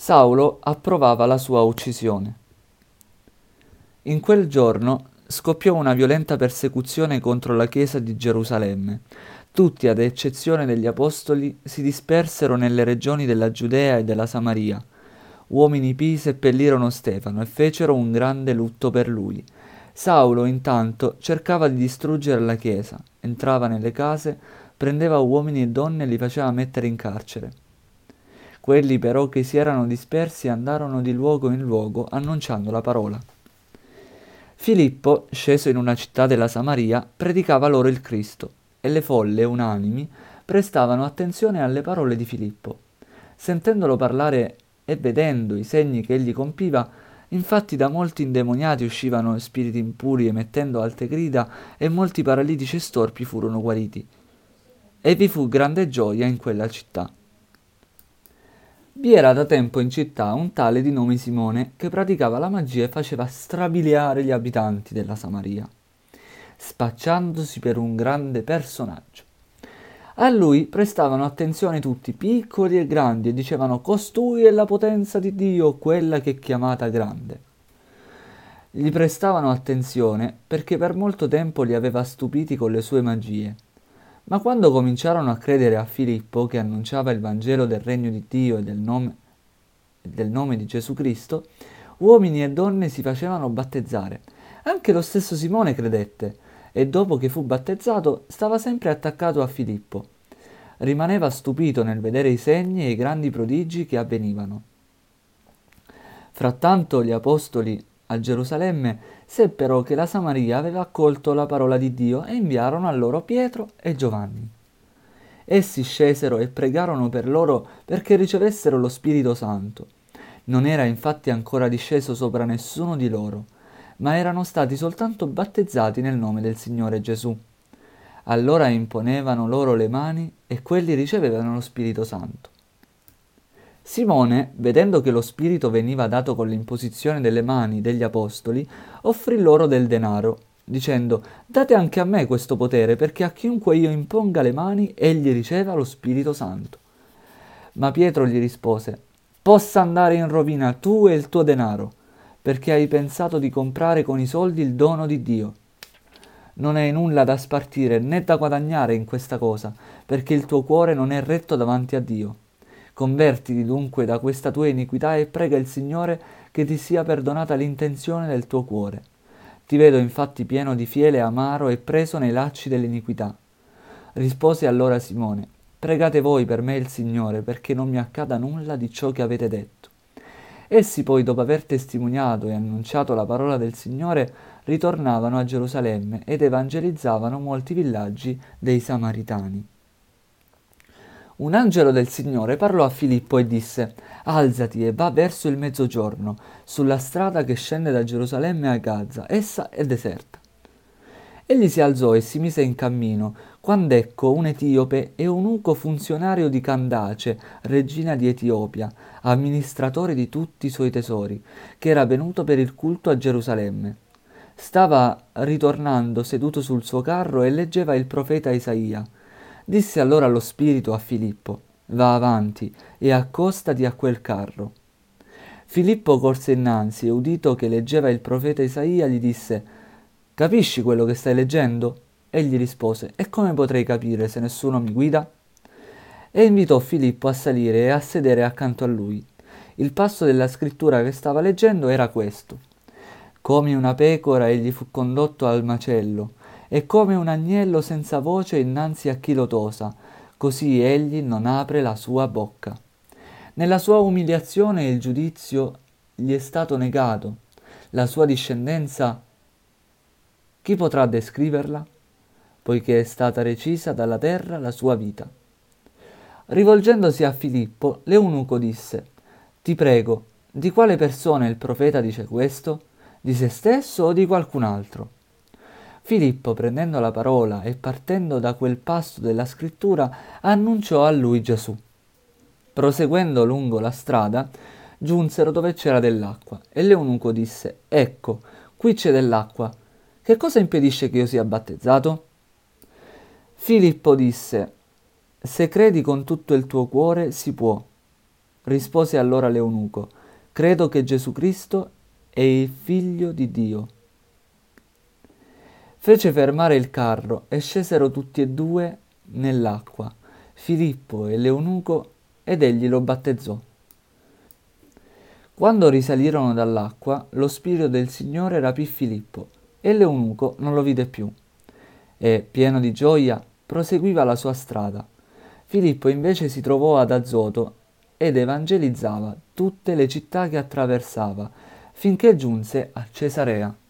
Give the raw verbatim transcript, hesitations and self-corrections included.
Saulo approvava la sua uccisione. In quel giorno scoppiò una violenta persecuzione contro la chiesa di Gerusalemme. Tutti, ad eccezione degli apostoli, si dispersero nelle regioni della Giudea e della Samaria. Uomini pii seppellirono Stefano e fecero un grande lutto per lui. Saulo, intanto, cercava di distruggere la chiesa, entrava nelle case, prendeva uomini e donne e li faceva mettere in carcere. Quelli però che si erano dispersi andarono di luogo in luogo annunciando la parola. Filippo, sceso in una città della Samaria, predicava loro il Cristo, e le folle, unanimi, prestavano attenzione alle parole di Filippo. Sentendolo parlare e vedendo i segni che egli compiva, infatti da molti indemoniati uscivano spiriti impuri emettendo alte grida, e molti paralitici e storpi furono guariti. E vi fu grande gioia in quella città. Vi era da tempo in città un tale di nome Simone che praticava la magia e faceva strabiliare gli abitanti della Samaria, spacciandosi per un grande personaggio. A lui prestavano attenzione tutti, piccoli e grandi, e dicevano: «Costui è la potenza di Dio, quella che è chiamata grande». Gli prestavano attenzione perché per molto tempo li aveva stupiti con le sue magie. Ma quando cominciarono a credere a Filippo, che annunciava il Vangelo del regno di Dio e del nome, del nome di Gesù Cristo, uomini e donne si facevano battezzare. Anche lo stesso Simone credette, e dopo che fu battezzato stava sempre attaccato a Filippo. Rimaneva stupito nel vedere i segni e i grandi prodigi che avvenivano. Frattanto gli apostoli a Gerusalemme seppero che la Samaria aveva accolto la parola di Dio e inviarono a loro Pietro e Giovanni. Essi scesero e pregarono per loro perché ricevessero lo Spirito Santo. Non era infatti ancora disceso sopra nessuno di loro, ma erano stati soltanto battezzati nel nome del Signore Gesù. Allora imponevano loro le mani e quelli ricevevano lo Spirito Santo. Simone, vedendo che lo Spirito veniva dato con l'imposizione delle mani degli apostoli, offrì loro del denaro, dicendo: «Date anche a me questo potere, perché a chiunque io imponga le mani, egli riceva lo Spirito Santo». Ma Pietro gli rispose: «Possa andare in rovina tu e il tuo denaro, perché hai pensato di comprare con i soldi il dono di Dio. Non hai nulla da spartire né da guadagnare in questa cosa, perché il tuo cuore non è retto davanti a Dio. Convertiti dunque da questa tua iniquità e prega il Signore che ti sia perdonata l'intenzione del tuo cuore. Ti vedo infatti pieno di fiele amaro e preso nei lacci dell'iniquità». Rispose allora Simone: «Pregate voi per me il Signore, perché non mi accada nulla di ciò che avete detto». Essi poi, dopo aver testimoniato e annunciato la parola del Signore, ritornavano a Gerusalemme ed evangelizzavano molti villaggi dei Samaritani. Un angelo del Signore parlò a Filippo e disse: «Alzati e va verso il mezzogiorno, sulla strada che scende da Gerusalemme a Gaza, essa è deserta». Egli si alzò e si mise in cammino, quand'ecco un etiope e un eunuco funzionario di Candace, regina di Etiopia, amministratore di tutti i suoi tesori, che era venuto per il culto a Gerusalemme. Stava ritornando seduto sul suo carro e leggeva il profeta Isaia. Disse allora lo spirito a Filippo: «Va avanti e accostati a quel carro». Filippo corse innanzi e, udito che leggeva il profeta Isaia, gli disse: «Capisci quello che stai leggendo?» Egli rispose: «E come potrei capire se nessuno mi guida?» E invitò Filippo a salire e a sedere accanto a lui. Il passo della scrittura che stava leggendo era questo: «Come una pecora egli fu condotto al macello, e come un agnello senza voce innanzi a chi lo tosa, così egli non apre la sua bocca. Nella sua umiliazione il giudizio gli è stato negato. La sua discendenza, chi potrà descriverla? Poiché è stata recisa dalla terra la sua vita». Rivolgendosi a Filippo, l'eunuco disse: «Ti prego, di quale persona il profeta dice questo? Di se stesso o di qualcun altro?» Filippo, prendendo la parola e partendo da quel passo della scrittura, annunciò a lui Gesù. Proseguendo lungo la strada, giunsero dove c'era dell'acqua, e l'eunuco disse: «Ecco, qui c'è dell'acqua. Che cosa impedisce che io sia battezzato?» Filippo disse: «Se credi con tutto il tuo cuore, si può». rispose allora l'eunuco, credo che Gesù Cristo è il Figlio di Dio. Fece fermare il carro e scesero tutti e due nell'acqua, Filippo e l'eunuco, ed egli lo battezzò. Quando risalirono dall'acqua, lo Spirito del Signore rapì Filippo, e l'eunuco non lo vide più, e, pieno di gioia, proseguiva la sua strada. Filippo invece si trovò ad Azoto ed evangelizzava tutte le città che attraversava, finché giunse a Cesarea.